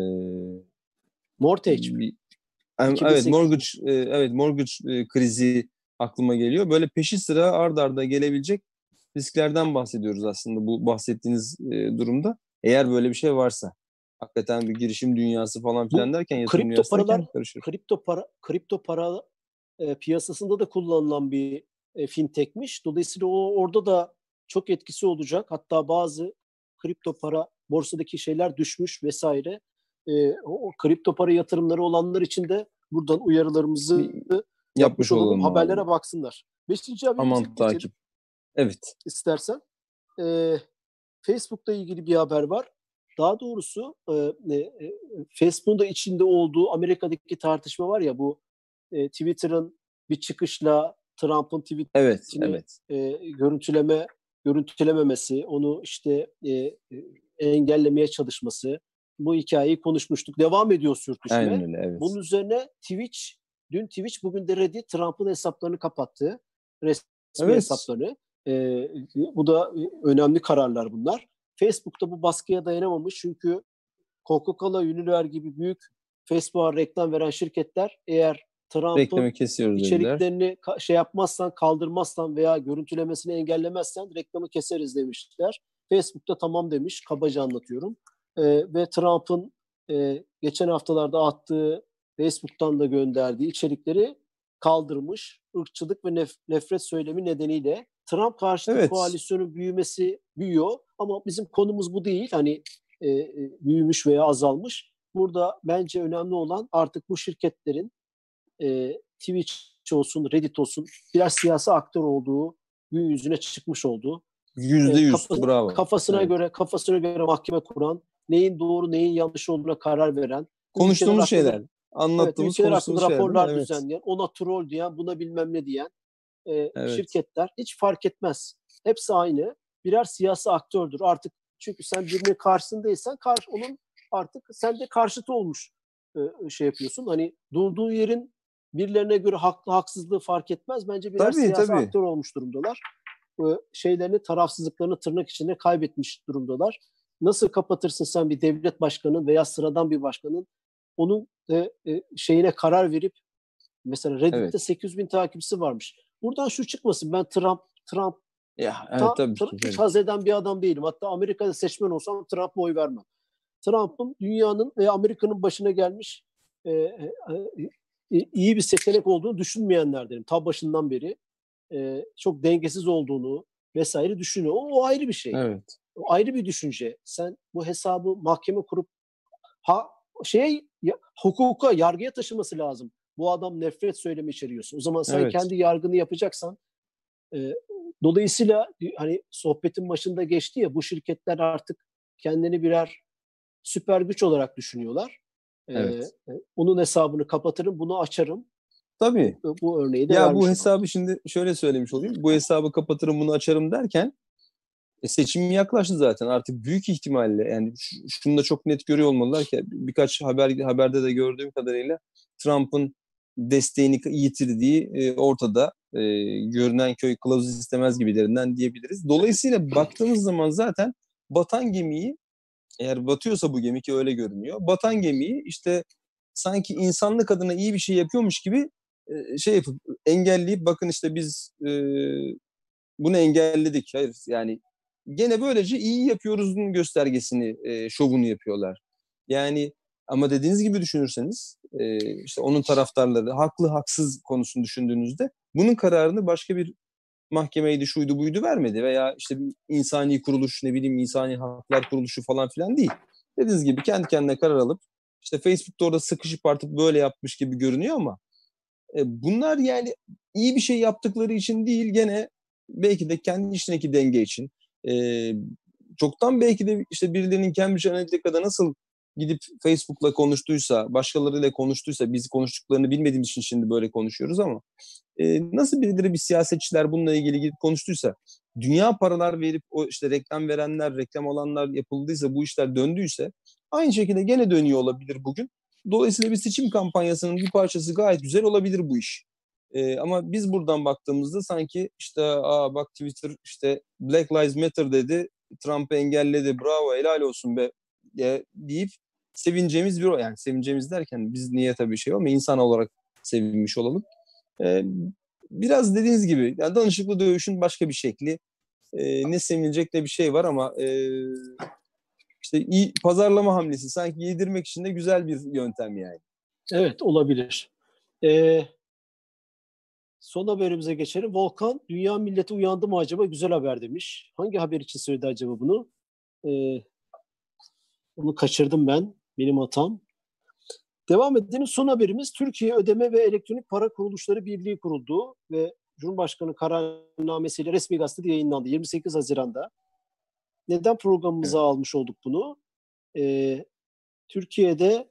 Mortgage.
Evet, mortgage krizi aklıma geliyor. Böyle peşi sıra ard arda gelebilecek risklerden bahsediyoruz aslında bu bahsettiğiniz durumda. Eğer böyle bir şey varsa. Hakikaten bir girişim dünyası falan filan derken yatırım dünyası derken karışır.
Kripto para piyasasında da kullanılan bir fintech'miş. Dolayısıyla orada da çok etkisi olacak. Hatta bazı kripto para borsadaki şeyler düşmüş vesaire. O kripto para yatırımları olanlar için de buradan uyarılarımızı yapmış olalım. Haberlere abi baksınlar. 5. haberimize
takip. Evet.
İstersen. Facebook'la ilgili bir haber var. Daha doğrusu Facebook'un da içinde olduğu Amerika'daki tartışma var ya, bu Twitter'ın bir çıkışla Trump'ın tweetini görüntülememesi, onu işte engellemeye çalışması. Bu hikayeyi konuşmuştuk. Devam ediyor sürtüşme.
Aynen öyle, evet.
Bunun üzerine dün Twitch, bugün de Reddit Trump'ın hesaplarını kapattı. Resmi hesaplarını. Bu da önemli kararlar bunlar. Facebook'ta bu baskıya dayanamamış çünkü Coca-Cola, Unilever gibi büyük Facebook'a reklam veren şirketler eğer Trump'ın içeriklerini yapmazsan, kaldırmazsan veya görüntülemesini engellemezsen reklamı keseriz demişler. Facebook'ta tamam demiş, kabaca anlatıyorum. Ve Trump'ın geçen haftalarda attığı, Facebook'tan da gönderdiği içerikleri kaldırmış. Irkçılık ve nefret söylemi nedeniyle Trump karşıtı koalisyonun büyüyor ama bizim konumuz bu değil. Hani büyümüş veya azalmış. Burada bence önemli olan artık bu şirketlerin Twitch olsun, Reddit olsun biraz siyasi aktör olduğu, gün yüzüne çıkmış olduğu.
%100 bravo.
Kafasına göre mahkeme kuran, neyin doğru neyin yanlış olduğuna karar veren.
Konuştuğumuz şeyler. Anlattığımız konuştuğumuz şeyler.
Raporlar düzenleyen, ona troll diyen, buna bilmem ne diyen şirketler hiç fark etmez. Hepsi aynı. Birer siyasi aktördür. Artık çünkü sen birinin karşısındaysan onun artık sen de karşıtı olmuş yapıyorsun. Hani durduğu yerin birilerine göre haklı haksızlığı fark etmez. Bence birer siyasi aktör olmuş durumdalar. Tarafsızlıklarını tırnak içinde kaybetmiş durumdalar. Nasıl kapatırsın sen bir devlet başkanının veya sıradan bir başkanın onun şeyine karar verip, mesela Reddit'te 800.000 takipçisi varmış. Buradan şu çıkmasın, ben Trump hiç haz eden bir adam değilim. Hatta Amerika'da seçmen olsam Trump'a oy vermem. Trump'ın dünyanın ve Amerika'nın başına gelmiş iyi bir seçenek olduğunu düşünmeyenlerdenim. Ta başından beri çok dengesiz olduğunu vesaire düşünüyor. O ayrı bir şey.
Evet.
O ayrı bir düşünce. Sen bu hesabı mahkeme kurup hukuka, yargıya taşıması lazım. Bu adam nefret söylemi içeriyorsun. O zaman sen
Evet.
kendi yargını yapacaksan dolayısıyla hani sohbetin başında geçti ya, bu şirketler artık kendini birer süper güç olarak düşünüyorlar.
Evet.
Onun hesabını kapatırım, bunu açarım.
Tabii.
Bu örneği de
Ya bu
vermiş olalım.
hesabı şimdi şöyle söylemiş olayım. Bu hesabı kapatırım, bunu açarım derken seçim yaklaştı zaten. Artık büyük ihtimalle, yani şunu da çok net görüyor olmalılar ki birkaç haberde de gördüğüm kadarıyla Trump'ın desteğini yitirdiği ortada. Görünen köy kılavuz istemez gibilerinden diyebiliriz. Dolayısıyla baktığımız zaman zaten batan gemiyi, eğer batıyorsa bu gemi, ki öyle görünüyor, batan gemiyi işte sanki insanlık adına iyi bir şey yapıyormuş gibi şey yapıp engelleyip, bakın işte biz bunu engelledik. Hayır, yani gene böylece iyi yapıyoruzun göstergesini, şovunu yapıyorlar. Yani ama dediğiniz gibi düşünürseniz işte onun taraftarları haklı haksız konusunu düşündüğünüzde bunun kararını başka bir mahkemeydi, şuydu buydu vermedi veya işte bir insani kuruluş, ne bileyim insani haklar kuruluşu falan filan değil. Dediğiniz gibi kendi kendine karar alıp işte Facebook'ta orada sıkışıp artık böyle yapmış gibi görünüyor ama bunlar yani iyi bir şey yaptıkları için değil, gene belki de kendi içindeki denge için. E, Çoktan belki de işte birilerinin Cambridge Analytica'da nasıl gidip Facebook'la konuştuysa, başkalarıyla konuştuysa, biz konuştuklarını bilmediğimiz için şimdi böyle konuşuyoruz ama nasıl birileri, bir siyasetçiler bununla ilgili gidip konuştuysa, dünya paralar verip o işte reklam verenler, reklam alanlar yapıldıysa, bu işler döndüyse aynı şekilde gene dönüyor olabilir bugün. Dolayısıyla bir seçim kampanyasının bir parçası gayet güzel olabilir bu iş. Ama biz buradan baktığımızda sanki işte bak Twitter işte Black Lives Matter dedi, Trump'ı engelledi, bravo helal olsun be deyip sevineceğimiz bir, yani sevineceğimiz derken biz niye tabii şey ama insan olarak sevinmiş olalım. Ee, Biraz dediğiniz gibi yani danışıklı dövüşün başka bir şekli. Ne sevilecek de bir şey var ama işte iyi pazarlama hamlesi, sanki yedirmek için de güzel bir yöntem yani.
Evet, olabilir. Son haberimize geçelim. Volkan, dünya milleti uyandı mı acaba? Güzel haber demiş. Hangi haber için söyledi acaba bunu? Ee, Onu kaçırdım ben. Benim hatam. Devam edelim. Son haberimiz, Türkiye Ödeme ve Elektronik Para Kuruluşları Birliği kuruldu ve Cumhurbaşkanı kararnamesiyle resmi gazetede yayınlandı 28 Haziran'da. Neden programımıza
Evet.
almış olduk bunu? Türkiye'de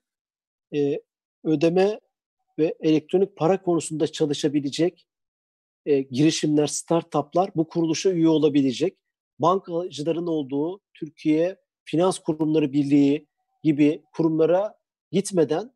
ödeme ve elektronik para konusunda çalışabilecek girişimler, startuplar bu kuruluşa üye olabilecek. Bankacıların olduğu Türkiye Finans Kurumları Birliği gibi kurumlara gitmeden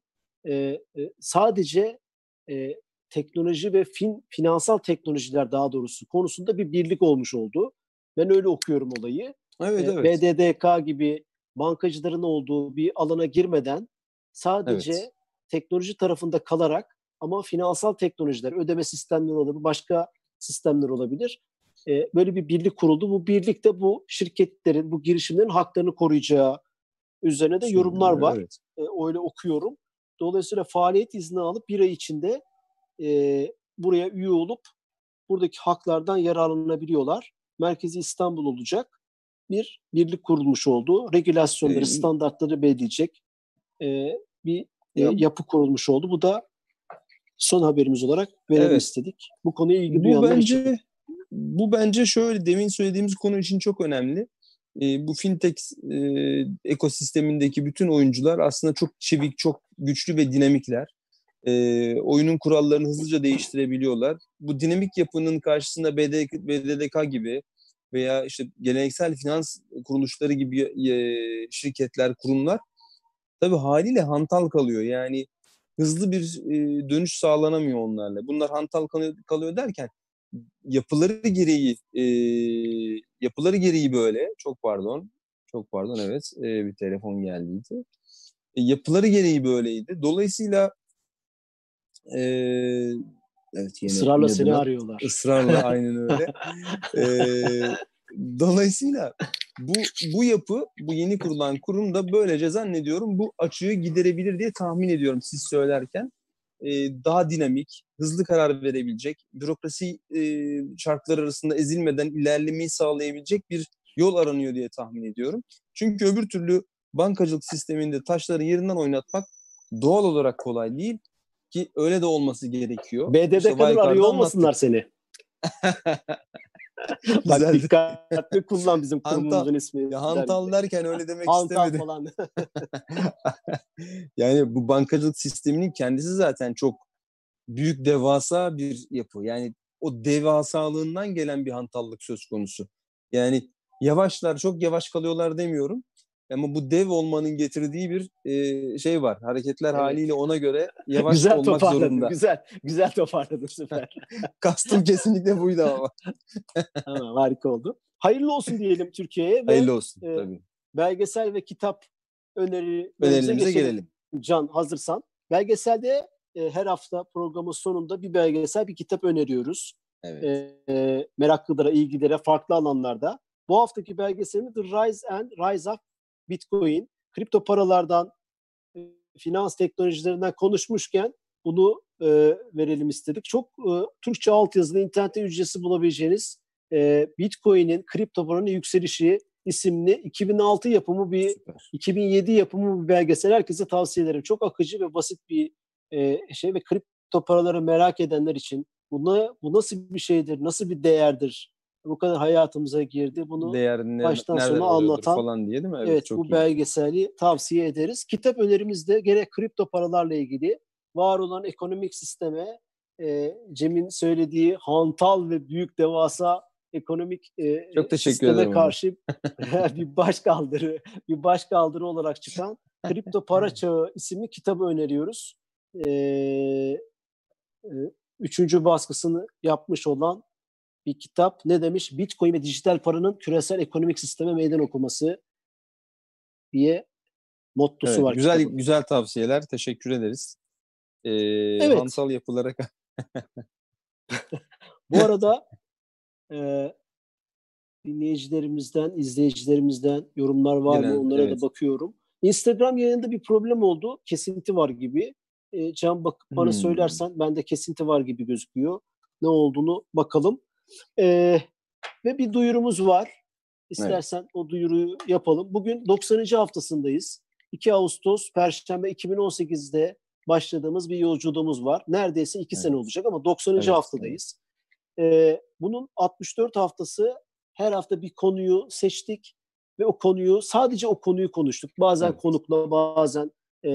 sadece teknoloji ve finansal teknolojiler, daha doğrusu konusunda bir birlik olmuş oldu. Ben öyle okuyorum olayı.
Evet, evet.
BDDK gibi bankacıların olduğu bir alana girmeden
Evet.
sadece teknoloji tarafında kalarak, ama finansal teknolojiler, ödeme sistemleri olabilir, başka sistemler olabilir. Böyle bir birlik kuruldu. Bu birlikte bu şirketlerin, bu girişimlerin haklarını koruyacağı üzerine de yorumlar
Söyleniyor,
var.
evet.
Öyle okuyorum. Dolayısıyla faaliyet izni alıp bir ay içinde buraya üye olup buradaki haklardan yararlanabiliyorlar. Merkezi İstanbul olacak. Bir birlik kurulmuş oldu. Regülasyonları,
E,
standartları belirleyecek bir
Ya
yapı kurulmuş oldu. Bu da son haberimiz olarak verelim
evet.
istedik. Bu konuya ilgi
Bu
duyanlar için.
bence bu bence şöyle, demin söylediğimiz konu için çok önemli. Bu fintech ekosistemindeki bütün oyuncular aslında çok çevik, çok güçlü ve dinamikler. Oyunun kurallarını hızlıca değiştirebiliyorlar. Bu dinamik yapının karşısında BDDK gibi veya işte geleneksel finans kuruluşları gibi şirketler, kurumlar tabii haliyle hantal kalıyor. Yani hızlı bir dönüş sağlanamıyor onlarla. Bunlar hantal kalıyor derken yapıları gereği böyle, çok pardon, evet, bir telefon geldiydi. Yapıları gereği böyleydi. Dolayısıyla e, evet, yine
Israrla seni
inadıma
arıyorlar.
ısrarla, aynen öyle. E, Dolayısıyla bu yapı, bu yeni kurulan kurum da böylece zannediyorum bu açığı giderebilir diye tahmin ediyorum siz söylerken. daha dinamik, hızlı karar verebilecek, bürokrasi çarkları arasında ezilmeden ilerlemeyi sağlayabilecek bir yol aranıyor diye tahmin ediyorum. Çünkü öbür türlü bankacılık sisteminde taşları yerinden oynatmak doğal olarak kolay değil ki öyle de olması gerekiyor. İşte
BDDK'dan arıyor olmasınlar seni. Bak
Güzeldi.
dikkatli kullan bizim
Hantal,
kurumumuzun ismini.
ya hantal derken öyle demek
Hantal
istemedim.
falan.
Yani bu bankacılık sisteminin kendisi zaten çok büyük, devasa bir yapı. Yani o devasalığından gelen bir hantallık söz konusu. Yani yavaşlar, çok yavaş kalıyorlar demiyorum. Ama bu dev olmanın getirdiği bir şey var. Hareketler
Evet.
haliyle ona göre yavaş
Güzel
olmak
toparladın.
zorunda.
Güzel toparladın, süper.
Kastım kesinlikle buydu ama.
Tamam, harika oldu. Hayırlı olsun diyelim Türkiye'ye ve
Hayırlı olsun tabii.
belgesel ve kitap önerilerimize
Önerilerimize
geçelim.
gelelim.
Can, hazırsan. Belgeselde her hafta programın sonunda bir belgesel, bir kitap öneriyoruz.
Evet.
Meraklılara, ilgilere, farklı alanlarda. Bu haftaki belgeselimiz The Rise of Bitcoin. Kripto paralardan, finans teknolojilerinden konuşmuşken bunu verelim istedik. Çok Türkçe altyazılı, internette ücretsiz bulabileceğiniz Bitcoin'in, kripto paranın yükselişi isimli 2006 yapımı bir,
Süper.
2007 yapımı bir belgesel. Herkese tavsiye ederim. Çok akıcı ve basit bir şey ve kripto paraları merak edenler için bu nasıl bir şeydir, nasıl bir değerdir, bu kadar hayatımıza girdi, bunu
Değer
baştan
nereden
sona
alıyordur
anlatan,
falan diye, değil mi? Evet,
evet,
çok
bu
iyi.
belgeseli tavsiye ederiz. Kitap önerimiz de gerek kripto paralarla ilgili, var olan ekonomik sisteme, Cem'in söylediği hantal ve büyük, devasa ekonomik
Çok teşekkür
sisteme
ederim hocam.
karşı bir başkaldırı olarak çıkan Kripto Para Çağı isimli kitabı öneriyoruz. 3. baskısını yapmış olan bir kitap. Ne demiş? Bitcoin ve dijital paranın küresel ekonomik sisteme meydan okuması diye mottosu
Evet,
var kitabın.
güzel tavsiyeler. Teşekkür ederiz.
Evet.
Hantal yapılara...
Bu arada dinleyicilerimizden, izleyicilerimizden yorumlar var mı? Onlara
evet.
da bakıyorum. Instagram yayınında bir problem oldu. Kesinti var gibi. Can, bakıp bana söylersen, bende kesinti var gibi gözüküyor. Ne olduğunu bakalım. Ve bir duyurumuz var. İstersen o duyuruyu yapalım. Bugün 90. haftasındayız. 2 Ağustos Perşembe 2018'de başladığımız bir yolculuğumuz var. Neredeyse 2 sene olacak ama 90. haftadayız. Bunun 64 haftası, her hafta bir konuyu seçtik ve sadece o konuyu konuştuk. Bazen konukla, bazen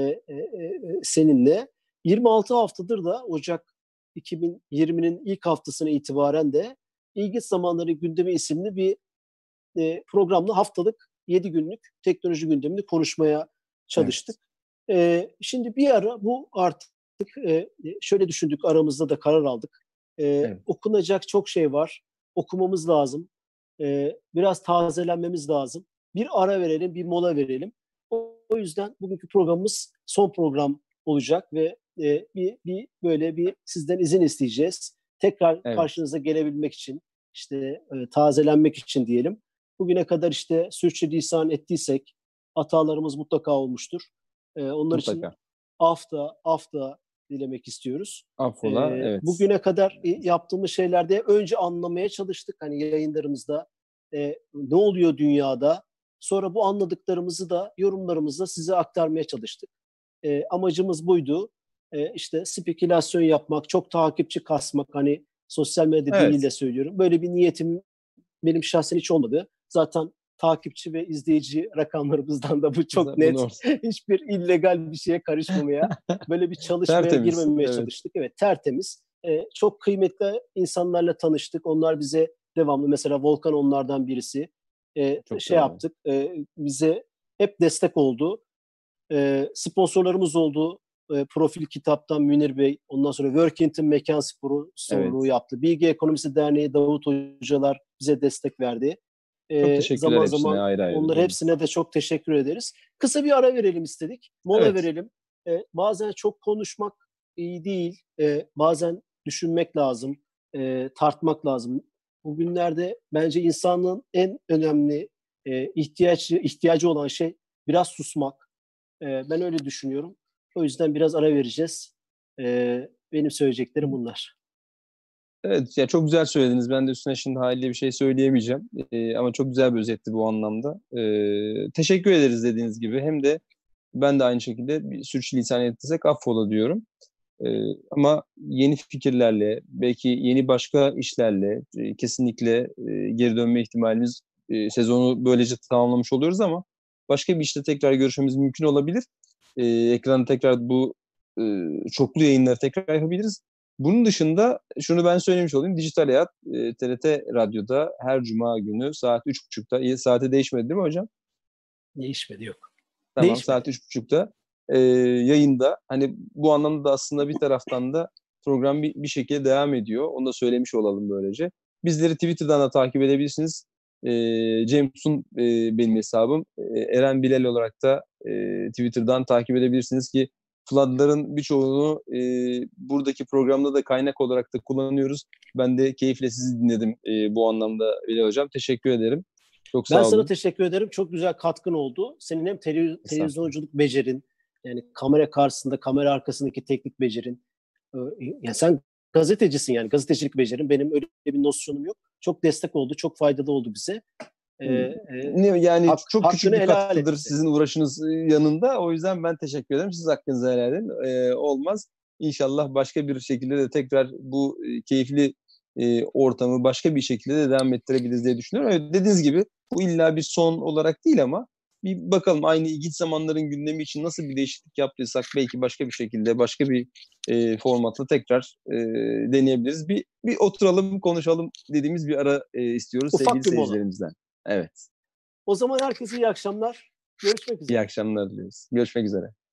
seninle. 26 haftadır da Ocak 2020'nin ilk haftasına itibaren de İlginç Zamanları Gündemi isimli bir programla haftalık 7 günlük teknoloji gündemini konuşmaya çalıştık. Şimdi bir ara bu artık şöyle düşündük, aramızda da karar aldık. Okunacak çok şey var. Okumamız lazım. Biraz tazelenmemiz lazım. Bir ara verelim, bir mola verelim. O yüzden bugünkü programımız son program olacak ve böyle bir sizden izin isteyeceğiz. Tekrar karşınıza gelebilmek için, işte tazelenmek için diyelim. Bugüne kadar işte sürçülisan ettiysek hatalarımız mutlaka olmuştur. Onlar için afta dilemek istiyoruz.
Affola,
Bugüne kadar yaptığımız şeylerde önce anlamaya çalıştık. Hani yayınlarımızda ne oluyor dünyada? Sonra bu anladıklarımızı da yorumlarımızla size aktarmaya çalıştık. Amacımız buydu. İşte spekülasyon yapmak, çok takipçi kasmak, hani sosyal medya diliyle söylüyorum. Böyle bir niyetim benim şahsen hiç olmadı. Zaten takipçi ve izleyici rakamlarımızdan da bu çok net. Hiçbir illegal bir şeye karışmamaya, böyle bir çalışmaya girmemeye çalıştık. Evet, tertemiz. Çok kıymetli insanlarla tanıştık. Onlar bize devamlı, mesela Volkan onlardan birisi. Yaptık. Bize hep destek oldu. Sponsorlarımız oldu. Profil Kitap'tan Münir Bey, ondan sonra Workington Mekan Sporu sorumluluğu yaptı. Bilgi Ekonomisi Derneği Davut Hocalar bize destek verdi.
Çok teşekkürler
zaman
ayrı ayrı.
onlara hepsine de çok teşekkür ederiz. Kısa bir ara verelim istedik. Mola verelim. Bazen çok konuşmak iyi değil. Bazen düşünmek lazım. Tartmak lazım. Bugünlerde bence insanlığın en önemli ihtiyacı olan şey biraz susmak. Ben öyle düşünüyorum. O yüzden biraz ara vereceğiz. Benim söyleyeceklerim bunlar.
Evet, ya çok güzel söylediniz. Ben de üstüne şimdi haliyle bir şey söyleyemeyeceğim. Ama çok güzel bir özetti bu anlamda. Teşekkür ederiz dediğiniz gibi. Hem de ben de aynı şekilde bir sürçülisan ettiysek affola diyorum. Ama yeni fikirlerle, belki yeni başka işlerle kesinlikle geri dönme ihtimalimiz, sezonu böylece tamamlamış oluyoruz ama başka bir işte tekrar görüşmemiz mümkün olabilir. Ekranda tekrar bu çoklu yayınları tekrar yapabiliriz. Bunun dışında şunu ben söylemiş olayım. Dijital Hayat TRT Radyo'da her cuma günü saat 3.30'da, saate değişmedi değil mi hocam?
Değişmedi, yok.
Tamam, saat 3.30'da yayında. Hani bu anlamda da aslında bir taraftan da program bir şekilde devam ediyor. Onu da söylemiş olalım böylece. Bizleri Twitter'dan da takip edebilirsiniz. Cemsun benim hesabım. Eren Bilal olarak da Twitter'dan takip edebilirsiniz ki Flood'ların birçoğunu buradaki programda da kaynak olarak da kullanıyoruz. Ben de keyifle sizi dinledim bu anlamda Bilal Hocam. Teşekkür ederim. Çok
Ben
sağ
sana
olun.
teşekkür ederim. Çok güzel katkın oldu. Senin hem televizyonculuk becerin, yani kamera karşısında, kamera arkasındaki teknik becerin. Yani sen gazetecisin, yani gazetecilik becerin. Benim öyle bir nosyonum yok. Çok destek oldu, çok faydalı oldu bize.
Yani çok küçük
Hakkını
bir
helal
katkıdır
et.
sizin uğraşınız yanında. O yüzden ben teşekkür ederim. Siz hakkınızı helal edin. Olmaz. İnşallah başka bir şekilde de tekrar bu keyifli ortamı başka bir şekilde de devam ettirebiliriz diye düşünüyorum. Evet, dediğiniz gibi bu illa bir son olarak değil ama bir bakalım aynı ilginç zamanların gündemi için nasıl bir değişiklik yaptıysak belki başka bir şekilde başka bir formatla tekrar deneyebiliriz. Bir oturalım konuşalım dediğimiz bir ara istiyoruz sevgili
Ufak bir mola.
seyircilerimizden. Evet.
O zaman herkese iyi akşamlar. Görüşmek üzere.
İyi akşamlar diliyoruz. Görüşmek üzere.